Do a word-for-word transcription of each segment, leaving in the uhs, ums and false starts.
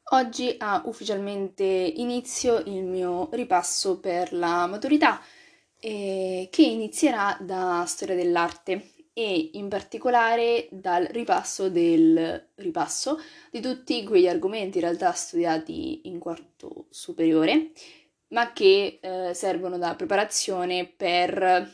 Oggi ha ufficialmente inizio il mio ripasso per la maturità, eh, che inizierà da storia dell'arte e in particolare dal ripasso del ripasso di tutti quegli argomenti in realtà studiati in quarto superiore, ma che eh, servono da preparazione per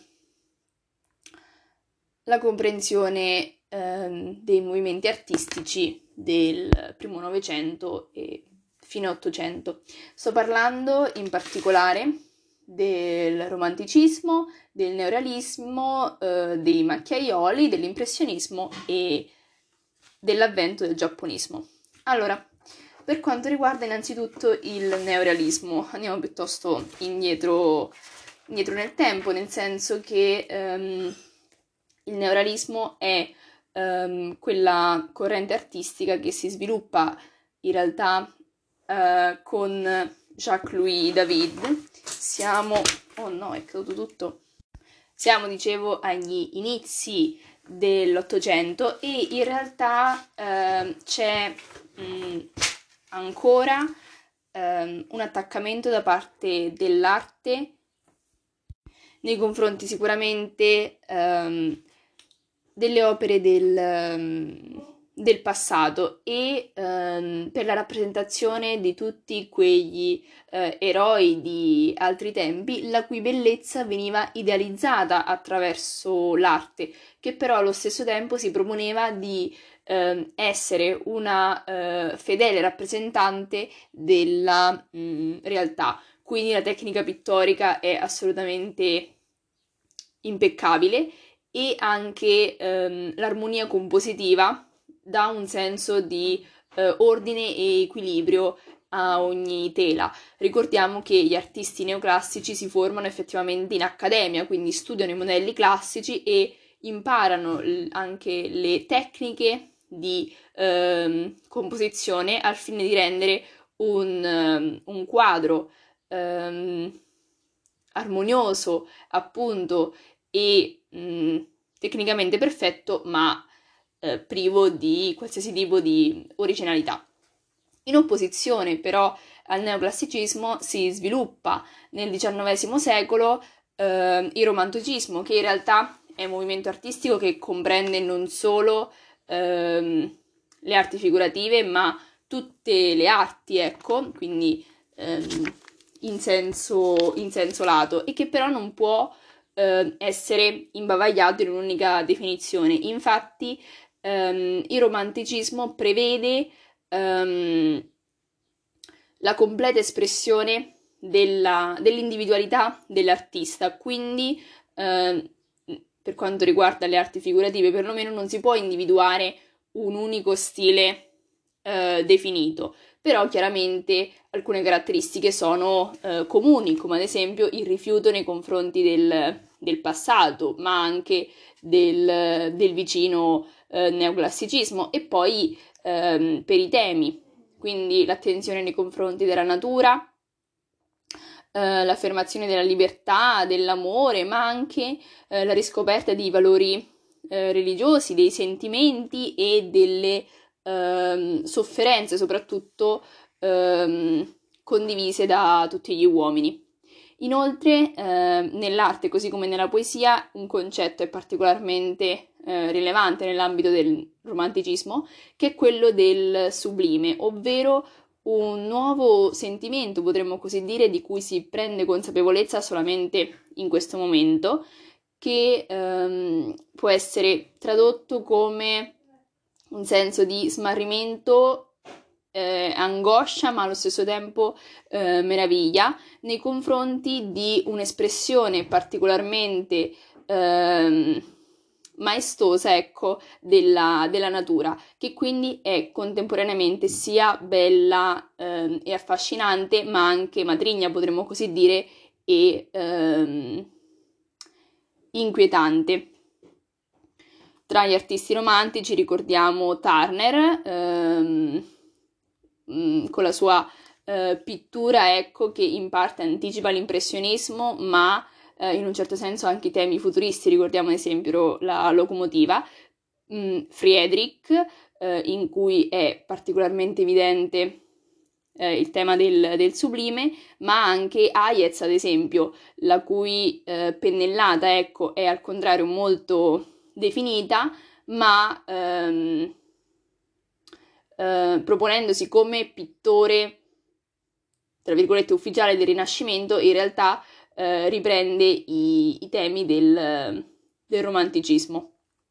la comprensione ehm, dei movimenti artistici del primo Novecento e fine Ottocento. Sto parlando in particolare del romanticismo, del neorealismo, eh, dei macchiaioli, dell'impressionismo e dell'avvento del giapponismo. Allora, per quanto riguarda innanzitutto il neorealismo, andiamo piuttosto indietro, indietro nel tempo, nel senso che ehm, il neorealismo è ehm, quella corrente artistica che si sviluppa in realtà eh, con Jacques-Louis David. Siamo... Oh no, è caduto tutto. Siamo, dicevo, agli inizi dell'Ottocento e in realtà eh, c'è mh, ancora ehm, un attaccamento da parte dell'arte nei confronti sicuramente ehm, delle opere del, ehm, del passato e ehm, per la rappresentazione di tutti quegli eh, eroi di altri tempi, la cui bellezza veniva idealizzata attraverso l'arte, che però allo stesso tempo si proponeva di ehm, essere una eh, fedele rappresentante della mh, realtà. Quindi la tecnica pittorica è assolutamente impeccabile e anche ehm, l'armonia compositiva dà un senso di eh, ordine e equilibrio a ogni tela. Ricordiamo che gli artisti neoclassici si formano effettivamente in accademia, quindi studiano i modelli classici e imparano l- anche le tecniche di ehm, composizione al fine di rendere un, ehm, un quadro ehm, armonioso, appunto, e mh, tecnicamente perfetto, ma eh, privo di qualsiasi tipo di originalità. In opposizione, però, al neoclassicismo si sviluppa nel diciannovesimo secolo eh, il romanticismo, che in realtà è un movimento artistico che comprende non solo ehm, le arti figurative, ma tutte le arti, ecco, quindi ehm, in senso, in senso lato, e che però non può eh, essere imbavagliato in un'unica definizione. Infatti, ehm, il romanticismo prevede ehm, la completa espressione della, dell'individualità dell'artista, quindi eh, per quanto riguarda le arti figurative, perlomeno non si può individuare un unico stile eh, definito, però chiaramente alcune caratteristiche sono eh, comuni, come ad esempio il rifiuto nei confronti del, del passato, ma anche del, del vicino eh, neoclassicismo, e poi ehm, per i temi, quindi l'attenzione nei confronti della natura, eh, l'affermazione della libertà, dell'amore, ma anche eh, la riscoperta di valori eh, religiosi, dei sentimenti e delle ehm, sofferenze, soprattutto ehm, condivise da tutti gli uomini. Inoltre, eh, nell'arte, così come nella poesia, un concetto è particolarmente eh, rilevante nell'ambito del romanticismo, che è quello del sublime, ovvero un nuovo sentimento, potremmo così dire, di cui si prende consapevolezza solamente in questo momento, che ehm, può essere tradotto come un senso di smarrimento, eh, angoscia, ma allo stesso tempo eh, meraviglia nei confronti di un'espressione particolarmente ehm, maestosa, ecco, della, della natura, che quindi è contemporaneamente sia bella ehm, e affascinante, ma anche matrigna, potremmo così dire, e ehm, inquietante. Tra gli artisti romantici ricordiamo Turner, ehm, mh, con la sua eh, pittura, ecco, che in parte anticipa l'impressionismo, ma eh, in un certo senso anche i temi futuristi, ricordiamo ad esempio la locomotiva, mh, Friedrich, eh, in cui è particolarmente evidente eh, il tema del, del sublime, ma anche Hayez, ad esempio, la cui eh, pennellata, ecco, è al contrario molto definita, ma ehm, eh, proponendosi come pittore, tra virgolette, ufficiale del Rinascimento, in realtà eh, riprende i, i temi del, del romanticismo.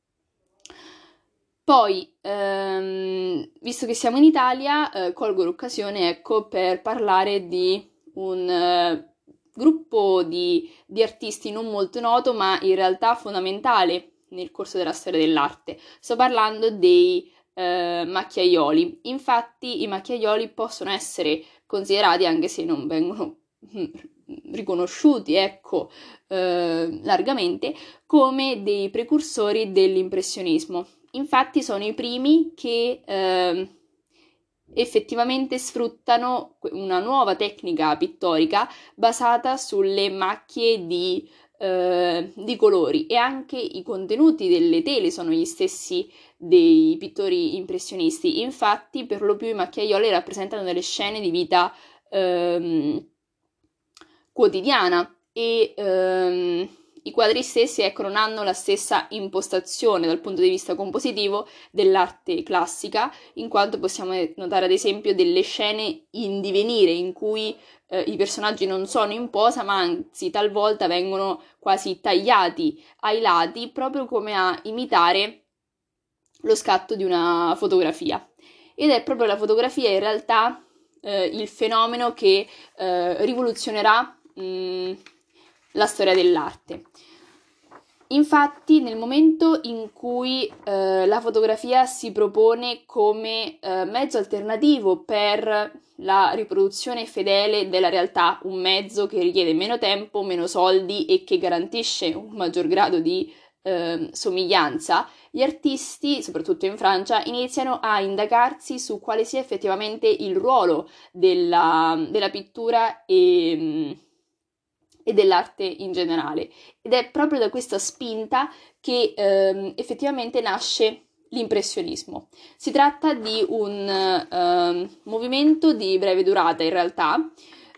Poi, ehm, visto che siamo in Italia, eh, colgo l'occasione, ecco, per parlare di un eh, gruppo di, di artisti non molto noto, ma in realtà fondamentale nel corso della storia dell'arte. Sto parlando dei eh, macchiaioli. Infatti, i macchiaioli possono essere considerati, anche se non vengono riconosciuti, ecco, eh, largamente, come dei precursori dell'impressionismo. Infatti sono i primi che eh, effettivamente sfruttano una nuova tecnica pittorica basata sulle macchie di, eh, di colori, e anche i contenuti delle tele sono gli stessi dei pittori impressionisti. Infatti per lo più i macchiaioli rappresentano delle scene di vita ehm, quotidiana, e ehm, i quadri stessi, ecco, non hanno la stessa impostazione dal punto di vista compositivo dell'arte classica, in quanto possiamo notare ad esempio delle scene in divenire in cui eh, i personaggi non sono in posa, ma anzi talvolta vengono quasi tagliati ai lati, proprio come a imitare lo scatto di una fotografia. Ed è proprio la fotografia in realtà eh, il fenomeno che eh, rivoluzionerà mh, la storia dell'arte. Infatti, nel momento in cui eh, la fotografia si propone come eh, mezzo alternativo per la riproduzione fedele della realtà, un mezzo che richiede meno tempo, meno soldi e che garantisce un maggior grado di eh, somiglianza, gli artisti, soprattutto in Francia, iniziano a indagarsi su quale sia effettivamente il ruolo della, della pittura e e dell'arte in generale. Ed è proprio da questa spinta che ehm, effettivamente nasce l'impressionismo. Si tratta di un ehm, movimento di breve durata in realtà.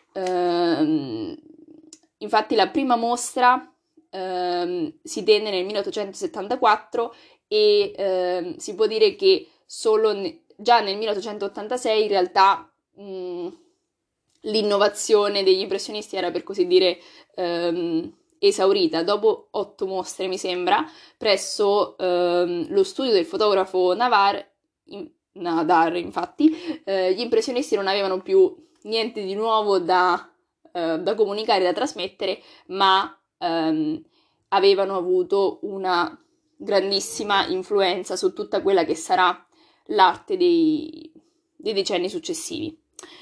Ehm, infatti la prima mostra ehm, si tenne nel milleottocentosettantaquattro e ehm, si può dire che solo ne- già nel milleottocentottantasei in realtà mh, l'innovazione degli impressionisti era, per così dire, ehm, esaurita. Dopo otto mostre, mi sembra, presso ehm, lo studio del fotografo Navar, in, Nadar, infatti, eh, gli impressionisti non avevano più niente di nuovo da, eh, da comunicare, da trasmettere, ma ehm, avevano avuto una grandissima influenza su tutta quella che sarà l'arte dei, dei decenni successivi.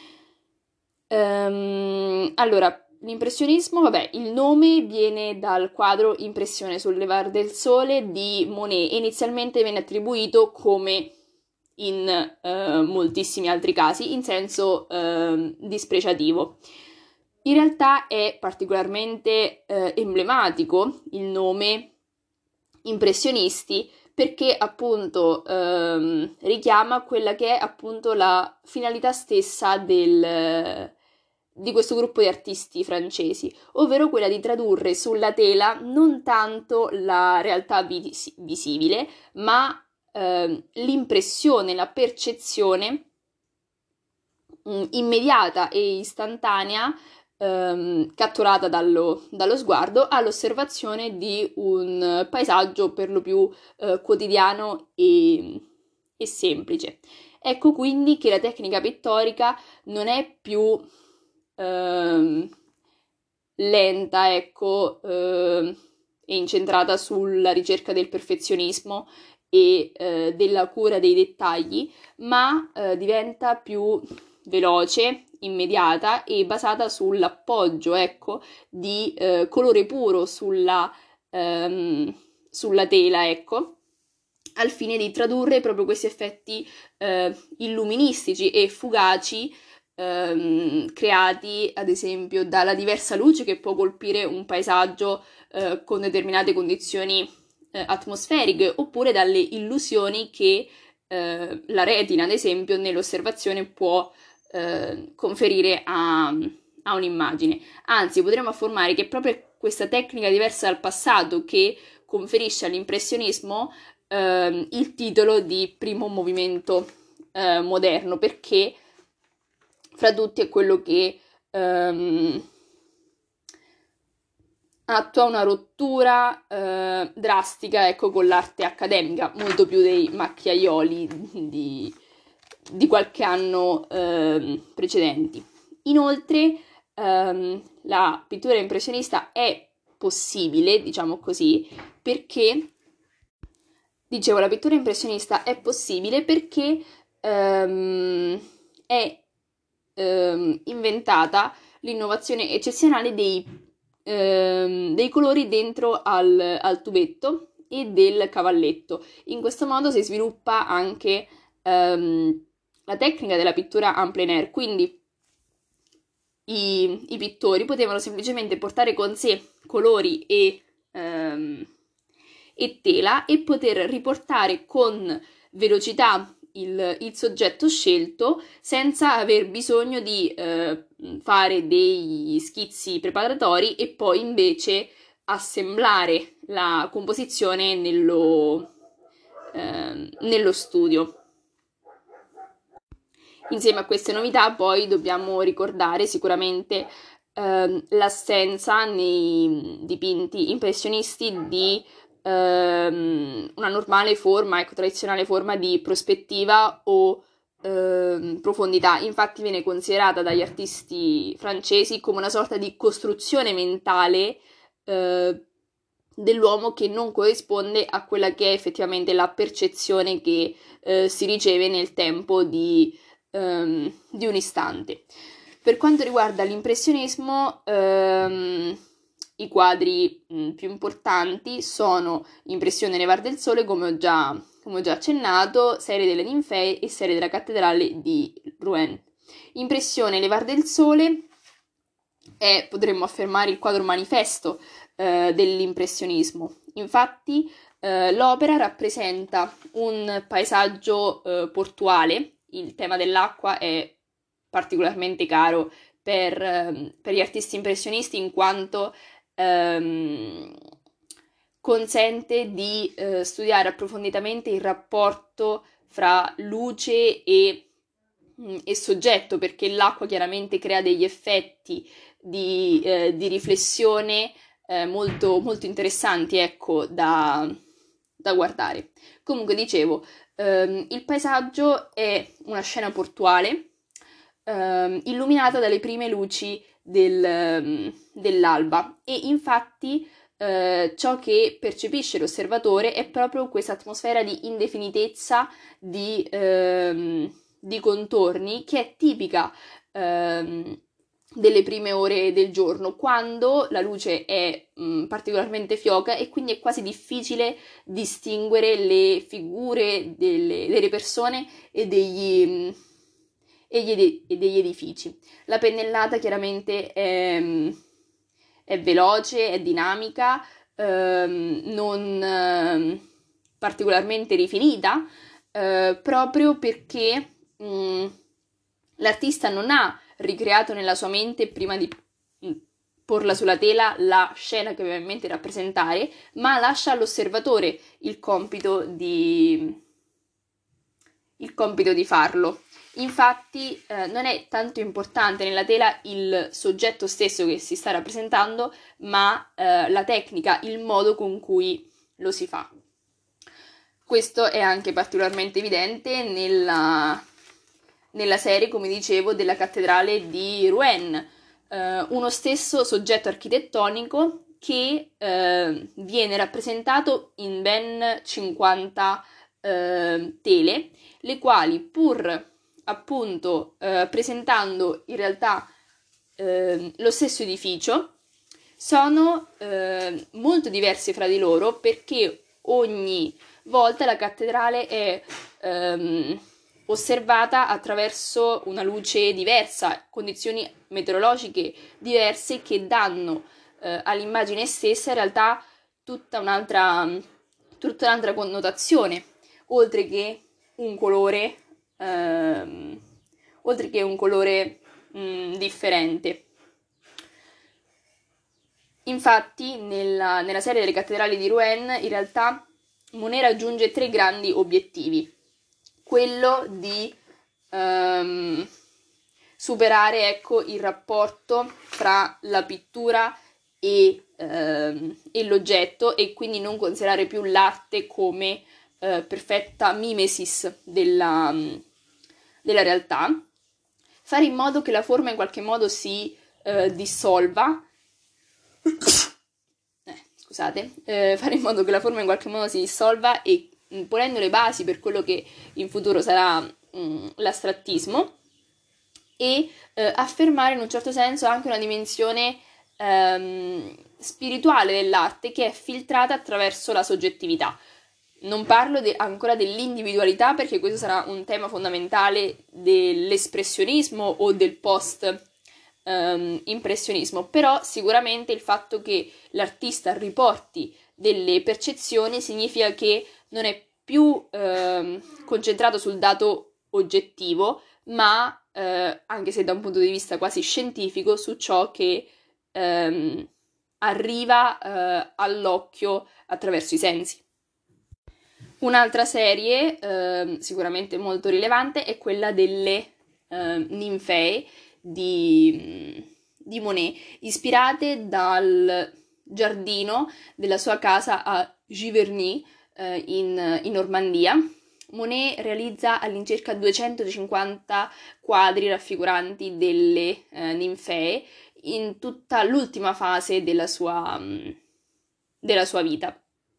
Ehm, allora, l'impressionismo, vabbè, il nome viene dal quadro Impressione sul levar del sole di Monet, e inizialmente viene attribuito, come in eh, moltissimi altri casi, in senso eh, dispregiativo. In realtà è particolarmente eh, emblematico il nome impressionisti, perché appunto ehm, richiama quella che è appunto la finalità stessa del, di questo gruppo di artisti francesi, ovvero quella di tradurre sulla tela non tanto la realtà vis- visibile, ma ehm, l'impressione, la percezione mh, immediata e istantanea, ehm, catturata dallo, dallo sguardo, all'osservazione di un paesaggio per lo più eh, quotidiano e, e semplice. Ecco quindi che la tecnica pittorica non è più ehm, lenta, ecco, ehm, e incentrata sulla ricerca del perfezionismo e eh, della cura dei dettagli, ma eh, diventa più veloce, immediata e basata sull'appoggio, ecco, di eh, colore puro sulla, ehm, sulla tela, ecco, al fine di tradurre proprio questi effetti eh, illuministici e fugaci ehm, creati, ad esempio, dalla diversa luce che può colpire un paesaggio eh, con determinate condizioni eh, atmosferiche, oppure dalle illusioni che eh, la retina, ad esempio, nell'osservazione può eh, conferire a, a un'immagine. Anzi, potremmo affermare che è proprio questa tecnica diversa dal passato che conferisce all'impressionismo eh, il titolo di primo movimento eh, moderno, perché fra tutti è quello che ehm, attua una rottura eh, drastica, ecco, con l'arte accademica, molto più dei macchiaioli di, di qualche anno eh, precedenti. Inoltre, ehm, la pittura impressionista è possibile, diciamo così, perché, dicevo, la pittura impressionista è possibile perché ehm, è ehm, inventata l'innovazione eccezionale dei, ehm, dei colori dentro al, al tubetto e del cavalletto. In questo modo si sviluppa anche ehm, la tecnica della pittura en plein air, quindi i, i pittori potevano semplicemente portare con sé colori e, ehm, e tela e poter riportare con velocità il, il soggetto scelto senza aver bisogno di eh, fare dei schizzi preparatori e poi invece assemblare la composizione nello, eh, nello studio. Insieme a queste novità poi dobbiamo ricordare sicuramente ehm, l'assenza nei dipinti impressionisti di ehm, una normale forma, ecco, tradizionale forma di prospettiva o ehm, profondità. Infatti viene considerata dagli artisti francesi come una sorta di costruzione mentale eh, dell'uomo che non corrisponde a quella che è effettivamente la percezione che eh, si riceve nel tempo di Um, di un istante. Per quanto riguarda l'impressionismo, um, i quadri mh, più importanti sono Impressione Nevar del Sole, come ho già, come ho già accennato, Serie delle Ninfee e Serie della Cattedrale di Rouen. Impressione Nevar del Sole è, potremmo affermare, il quadro manifesto uh, dell'impressionismo. Infatti uh, l'opera rappresenta un paesaggio uh, portuale. Il tema dell'acqua è particolarmente caro per, ehm, per gli artisti impressionisti in quanto ehm, consente di eh, studiare approfonditamente il rapporto fra luce e, mh, e soggetto, perché l'acqua chiaramente crea degli effetti di, eh, di riflessione eh, molto, molto interessanti, ecco, da, da guardare. Comunque dicevo, Um, il paesaggio è una scena portuale um, illuminata dalle prime luci del, um, dell'alba e infatti uh, ciò che percepisce l'osservatore è proprio questa atmosfera di indefinitezza, di, um, di contorni che è tipica um, delle prime ore del giorno, quando la luce è mh, particolarmente fioca e quindi è quasi difficile distinguere le figure delle, delle persone e degli, mh, e, gli ed- e degli edifici. La pennellata chiaramente è, è veloce, è dinamica, ehm, non ehm, particolarmente rifinita, eh, proprio perché mh, l'artista non ha ricreato nella sua mente prima di porla sulla tela la scena che aveva in mente rappresentare, ma lascia all'osservatore il compito di, il compito di farlo. Infatti eh, non è tanto importante nella tela il soggetto stesso che si sta rappresentando, ma eh, la tecnica, il modo con cui lo si fa. Questo è anche particolarmente evidente nella, nella serie, come dicevo, della cattedrale di Rouen, eh, uno stesso soggetto architettonico che eh, viene rappresentato in ben cinquanta eh, tele, le quali pur appunto eh, presentando in realtà eh, lo stesso edificio, sono eh, molto diverse fra di loro perché ogni volta la cattedrale è ehm, osservata attraverso una luce diversa, condizioni meteorologiche diverse che danno eh, all'immagine stessa in realtà tutta un'altra, tutta un'altra connotazione, oltre che un colore, ehm, oltre che un colore mh, differente. Infatti, nella, nella serie delle cattedrali di Rouen, in realtà Monet raggiunge tre grandi obiettivi. Quello di ehm, superare, ecco, il rapporto fra la pittura e, ehm, e l'oggetto, e quindi non considerare più l'arte come eh, perfetta mimesis della, della realtà, fare in modo che la forma in qualche modo si eh, dissolva, eh, scusate, eh, fare in modo che la forma in qualche modo si dissolva e mh, ponendo le basi per quello che in futuro sarà mh, l'astrattismo, e eh, affermare in un certo senso anche una dimensione ehm, spirituale dell'arte che è filtrata attraverso la soggettività. Non parlo de- ancora dell'individualità, perché questo sarà un tema fondamentale dell'espressionismo o del post ehm, impressionismo, però sicuramente il fatto che l'artista riporti delle percezioni significa che non è più ehm, concentrato sul dato oggettivo, ma eh, anche se da un punto di vista quasi scientifico, su ciò che ehm, arriva eh, all'occhio attraverso i sensi. Un'altra serie, eh, sicuramente molto rilevante, è quella delle eh, ninfee di, di Monet, ispirate dal giardino della sua casa a Giverny, eh, in, in Normandia. Monet realizza all'incirca duecentocinquanta quadri raffiguranti delle eh, ninfee in tutta l'ultima fase della sua, mm, della sua vita.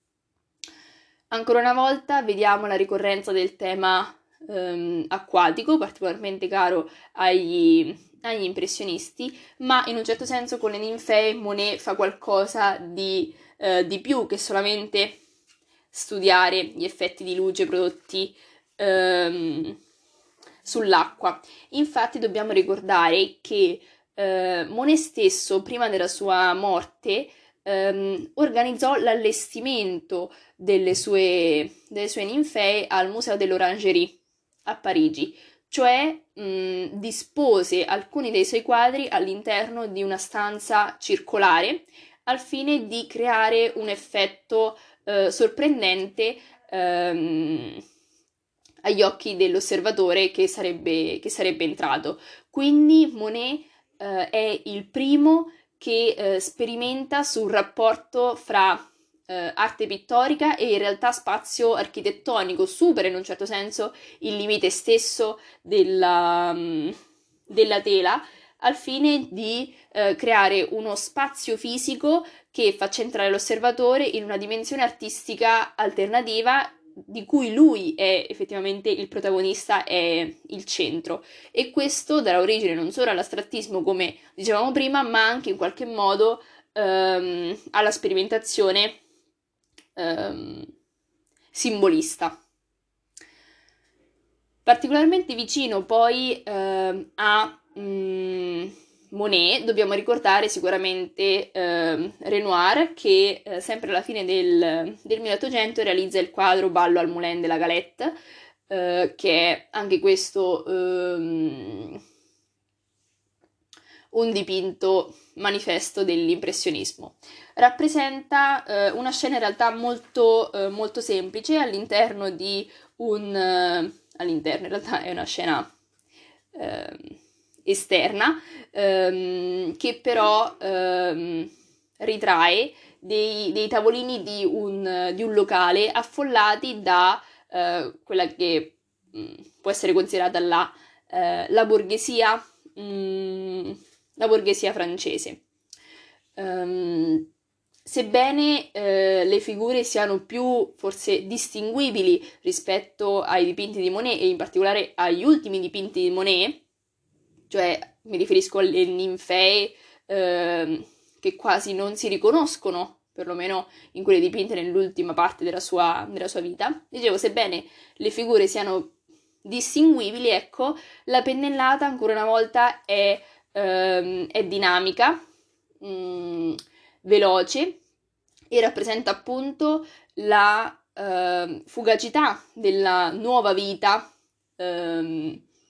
Ancora una volta vediamo la ricorrenza del tema ehm, acquatico, particolarmente caro agli, agli impressionisti, ma in un certo senso con le ninfee Monet fa qualcosa di, eh, di più che solamente studiare gli effetti di luce prodotti ehm, sull'acqua. Infatti dobbiamo ricordare che eh, Monet stesso, prima della sua morte, ehm, organizzò l'allestimento delle sue, delle sue ninfee al Museo dell'Orangerie a Parigi, cioè mh, dispose alcuni dei suoi quadri all'interno di una stanza circolare al fine di creare un effetto eh, sorprendente ehm, agli occhi dell'osservatore che sarebbe, che sarebbe entrato. Quindi Monet eh, è il primo che eh, sperimenta sul rapporto fra eh, arte pittorica e in realtà spazio architettonico, supera in un certo senso il limite stesso della, um, della tela, al fine di eh, creare uno spazio fisico che faccia entrare l'osservatore in una dimensione artistica alternativa di cui lui è effettivamente il protagonista, è il centro, e questo darà origine non solo all'astrattismo come dicevamo prima, ma anche in qualche modo ehm, alla sperimentazione ehm, simbolista. Particolarmente vicino poi ehm, a mm, Monet dobbiamo ricordare sicuramente ehm, Renoir, che eh, sempre alla fine del, del milleottocento realizza il quadro Ballo al Moulin de la Galette, eh, che è anche questo ehm, un dipinto manifesto dell'impressionismo. Rappresenta eh, una scena in realtà molto, eh, molto semplice all'interno di un... Eh, all'interno in realtà è una scena eh, esterna, ehm, che però ehm, ritrae dei, dei tavolini di un, di un locale affollati da eh, quella che mh, può essere considerata la, eh, la borghesia mh, la borghesia francese. Um, sebbene eh, le figure siano più forse distinguibili rispetto ai dipinti di Monet e in particolare agli ultimi dipinti di Monet, cioè mi riferisco alle ninfee eh, che quasi non si riconoscono, perlomeno in quelle dipinte nell'ultima parte della sua, della sua vita. Dicevo, sebbene le figure siano distinguibili, ecco, la pennellata ancora una volta è, ehm, è dinamica, mh, veloce, e rappresenta appunto la eh, fugacità della nuova vita ehm,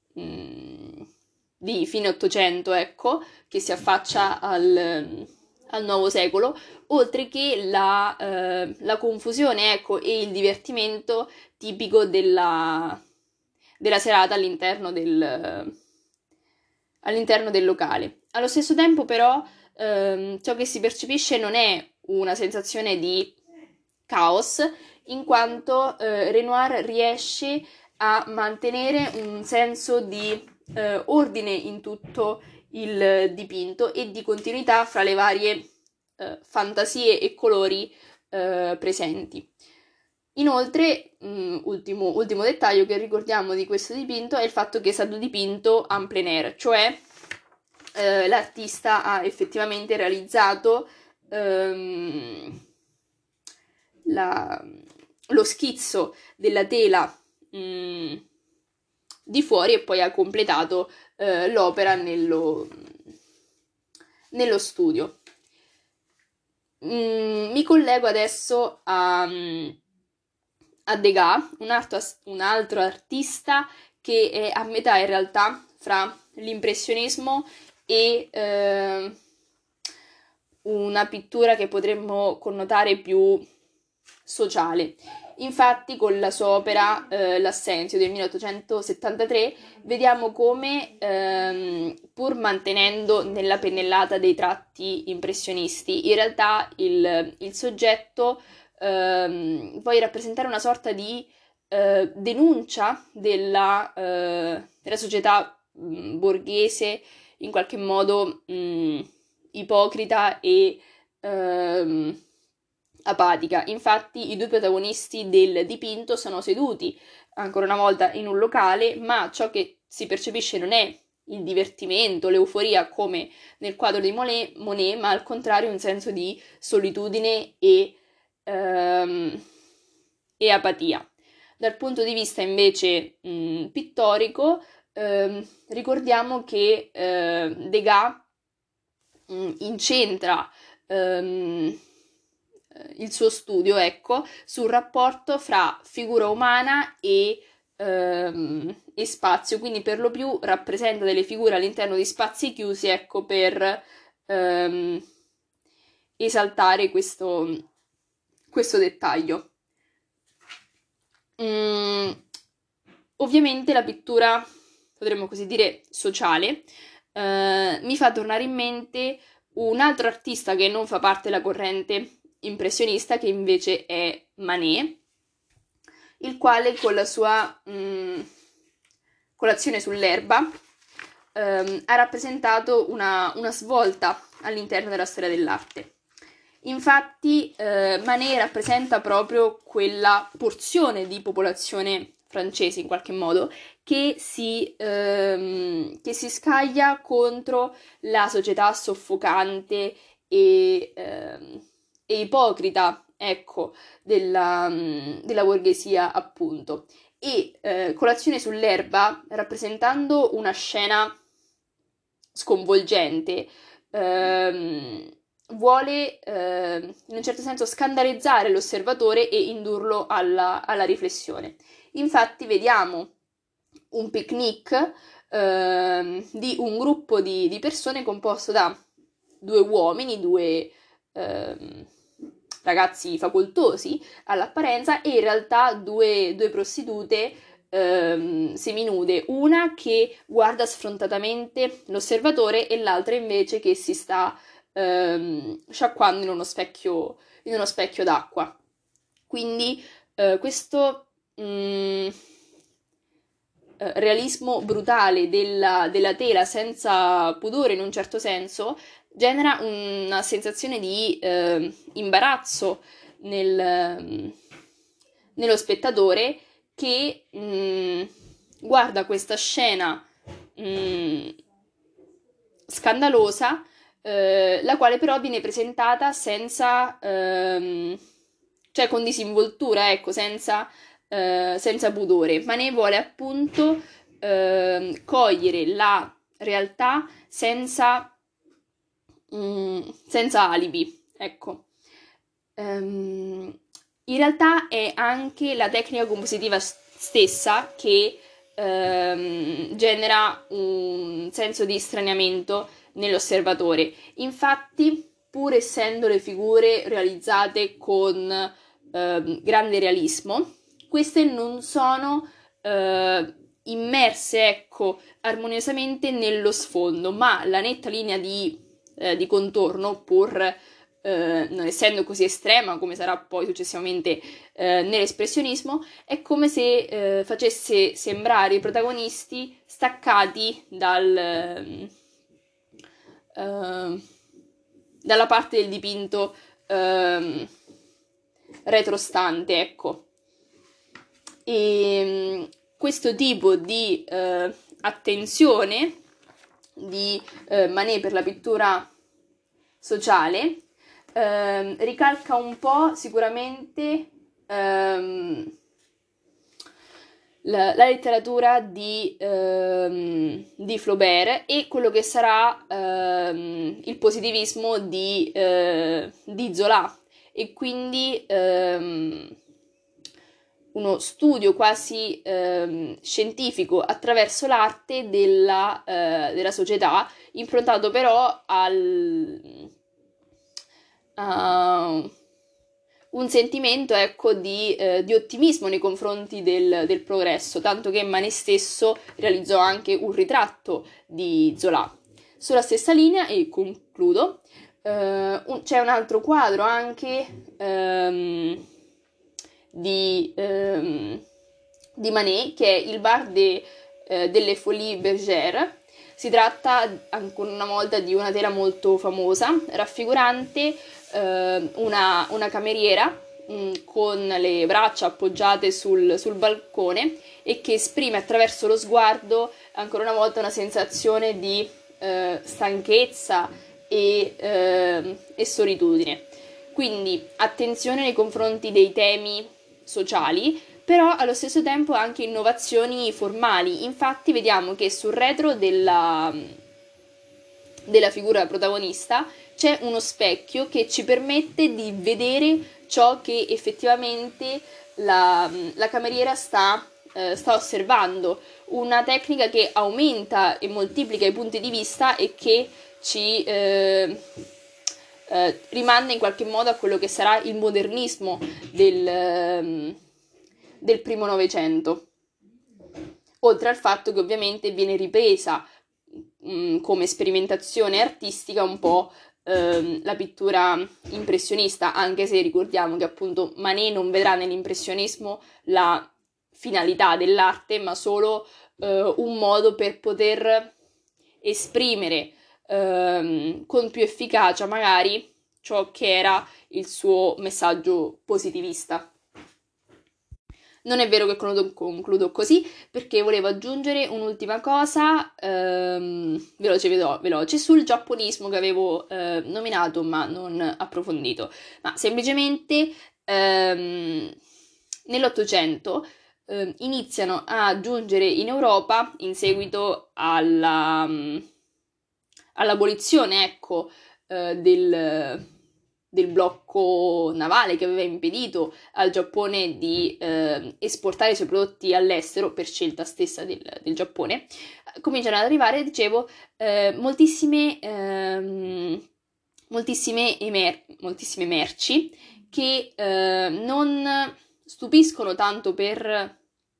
mh, di fine Ottocento, ecco, che si affaccia al, al nuovo secolo, oltre che la, eh, la confusione, ecco, e il divertimento tipico della, della serata all'interno del, all'interno del locale. Allo stesso tempo, però, ehm, ciò che si percepisce non è una sensazione di caos, in quanto eh, Renoir riesce a mantenere un senso di eh, ordine in tutto il dipinto e di continuità fra le varie eh, fantasie e colori eh, presenti. Inoltre, mh, ultimo, ultimo dettaglio che ricordiamo di questo dipinto è il fatto che è stato dipinto en plein air, cioè eh, l'artista ha effettivamente realizzato ehm, la, lo schizzo della tela mh, di fuori e poi ha completato eh, l'opera nello, nello studio. Mm, mi collego adesso a, a Degas, un, arto, un altro artista che è a metà in realtà fra l'impressionismo e eh, una pittura che potremmo connotare più sociale. Infatti, con la sua opera eh, L'Assenzio del milleottocentosettantatré, vediamo come, ehm, pur mantenendo nella pennellata dei tratti impressionisti, in realtà il, il soggetto ehm, vuole rappresentare una sorta di eh, denuncia della, eh, della società mh, borghese, in qualche modo mh, ipocrita e ehm, apatica. Infatti i due protagonisti del dipinto sono seduti ancora una volta in un locale, ma ciò che si percepisce non è il divertimento, l'euforia come nel quadro di Monet, Monet ma al contrario un senso di solitudine e, ehm, e apatia. Dal punto di vista invece mh, pittorico, ehm, ricordiamo che eh, Degas mh, incentra ehm, il suo studio, ecco, sul rapporto fra figura umana e, ehm, e spazio, quindi per lo più rappresenta delle figure all'interno di spazi chiusi, ecco, per ehm, esaltare questo, questo dettaglio. Mm, ovviamente la pittura, potremmo così dire, sociale, eh, mi fa tornare in mente un altro artista che non fa parte della corrente impressionista, che invece è Manet, il quale con la sua mh, colazione sull'erba ehm, ha rappresentato una, una svolta all'interno della storia dell'arte. Infatti eh, Manet rappresenta proprio quella porzione di popolazione francese in qualche modo che si, ehm, che si scaglia contro la società soffocante e, ehm, e ipocrita, ecco, della, della borghesia appunto. E eh, Colazione sull'erba, rappresentando una scena sconvolgente, ehm, vuole eh, in un certo senso scandalizzare l'osservatore e indurlo alla, alla riflessione. Infatti vediamo un picnic ehm, di un gruppo di, di persone composto da due uomini, due ehm, ragazzi facoltosi all'apparenza e in realtà due, due prostitute ehm, seminude, una che guarda sfrontatamente l'osservatore e l'altra invece che si sta ehm, sciacquando in uno specchio, in uno specchio d'acqua. Quindi eh, questo mh, realismo brutale della, della tela senza pudore in un certo senso genera una sensazione di eh, imbarazzo nel, nello spettatore che mh, guarda questa scena mh, scandalosa, eh, la quale però viene presentata senza, ehm, cioè con disinvoltura, ecco, senza, eh, senza pudore, ma ne vuole appunto ehm, cogliere la realtà senza, mh, senza alibi, ecco. Um, in realtà è anche la tecnica compositiva stessa che ehm, genera un senso di straniamento nell'osservatore. Infatti, pur essendo le figure realizzate con eh, grande realismo, queste non sono eh, immerse, ecco, armoniosamente nello sfondo, ma la netta linea di, eh, di contorno, pur eh, non essendo così estrema come sarà poi successivamente eh, nell'espressionismo, è come se eh, facesse sembrare i protagonisti staccati dal, eh, eh, dalla parte del dipinto eh, retrostante, ecco. E questo tipo di eh, attenzione di eh, Manet per la pittura sociale eh, ricalca un po' sicuramente ehm, la, la letteratura di, ehm, di Flaubert e quello che sarà ehm, il positivismo di, eh, di Zola, e quindi ehm, uno studio quasi ehm, scientifico attraverso l'arte della, eh, della società, improntato però al, a un sentimento, ecco, di, eh, di ottimismo nei confronti del, del progresso, tanto che Manet stesso realizzò anche un ritratto di Zola. Sulla stessa linea, e concludo, eh, un, c'è un altro quadro anche ehm, di, ehm, di Manet, che è il Bar de, eh, delle Folies Bergère. Si tratta ancora una volta di una tela molto famosa, raffigurante eh, una, una cameriera mh, con le braccia appoggiate sul, sul balcone e che esprime attraverso lo sguardo ancora una volta una sensazione di eh, stanchezza e, eh, e solitudine. Quindi attenzione nei confronti dei temi sociali, però allo stesso tempo anche innovazioni formali. Infatti vediamo che sul retro della, della figura protagonista c'è uno specchio che ci permette di vedere ciò che effettivamente la, la cameriera sta, eh, sta osservando, una tecnica che aumenta e moltiplica i punti di vista e che ci eh, eh, rimanda in qualche modo a quello che sarà il modernismo del, eh, del primo Novecento. Oltre al fatto che ovviamente viene ripresa mh, come sperimentazione artistica un po' ehm, la pittura impressionista, anche se ricordiamo che appunto Manet non vedrà nell'impressionismo la finalità dell'arte, ma solo eh, un modo per poter esprimere ehm, con più efficacia magari ciò che era il suo messaggio positivista. Non è vero che concludo così, perché volevo aggiungere un'ultima cosa ehm, veloce, veloce sul giapponismo che avevo eh, nominato ma non approfondito, ma semplicemente ehm, nell'Ottocento eh, iniziano a giungere in Europa in seguito alla, all'abolizione, ecco, eh, del, del blocco navale che aveva impedito al Giappone di eh, esportare i suoi prodotti all'estero per scelta stessa del, del Giappone. Cominciano ad arrivare, dicevo, eh, moltissime, ehm, moltissime, emer- moltissime merci che eh, non stupiscono tanto per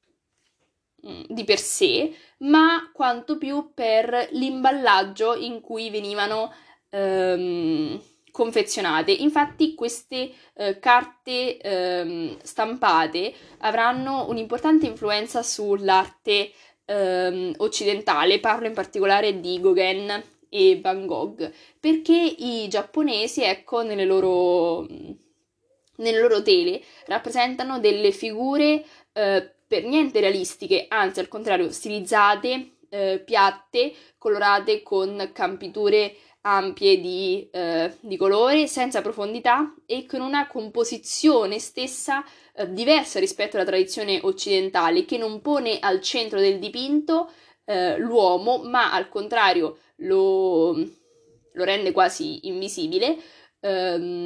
di per sé, ma quanto più per l'imballaggio in cui venivano ehm, confezionate. Infatti queste eh, carte ehm, stampate avranno un'importante influenza sull'arte ehm, occidentale, parlo in particolare di Gauguin e Van Gogh, perché i giapponesi, ecco, nelle loro, nelle loro tele rappresentano delle figure eh, per niente realistiche, anzi al contrario stilizzate, eh, piatte, colorate con campiture ampie di, eh, di colore, senza profondità e con una composizione stessa eh, diversa rispetto alla tradizione occidentale, che non pone al centro del dipinto eh, l'uomo, ma al contrario lo, lo rende quasi invisibile,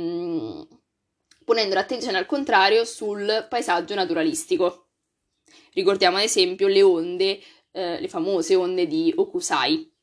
ehm, ponendo l'attenzione al contrario sul paesaggio naturalistico. Ricordiamo ad esempio le onde, eh, le famose onde di Hokusai.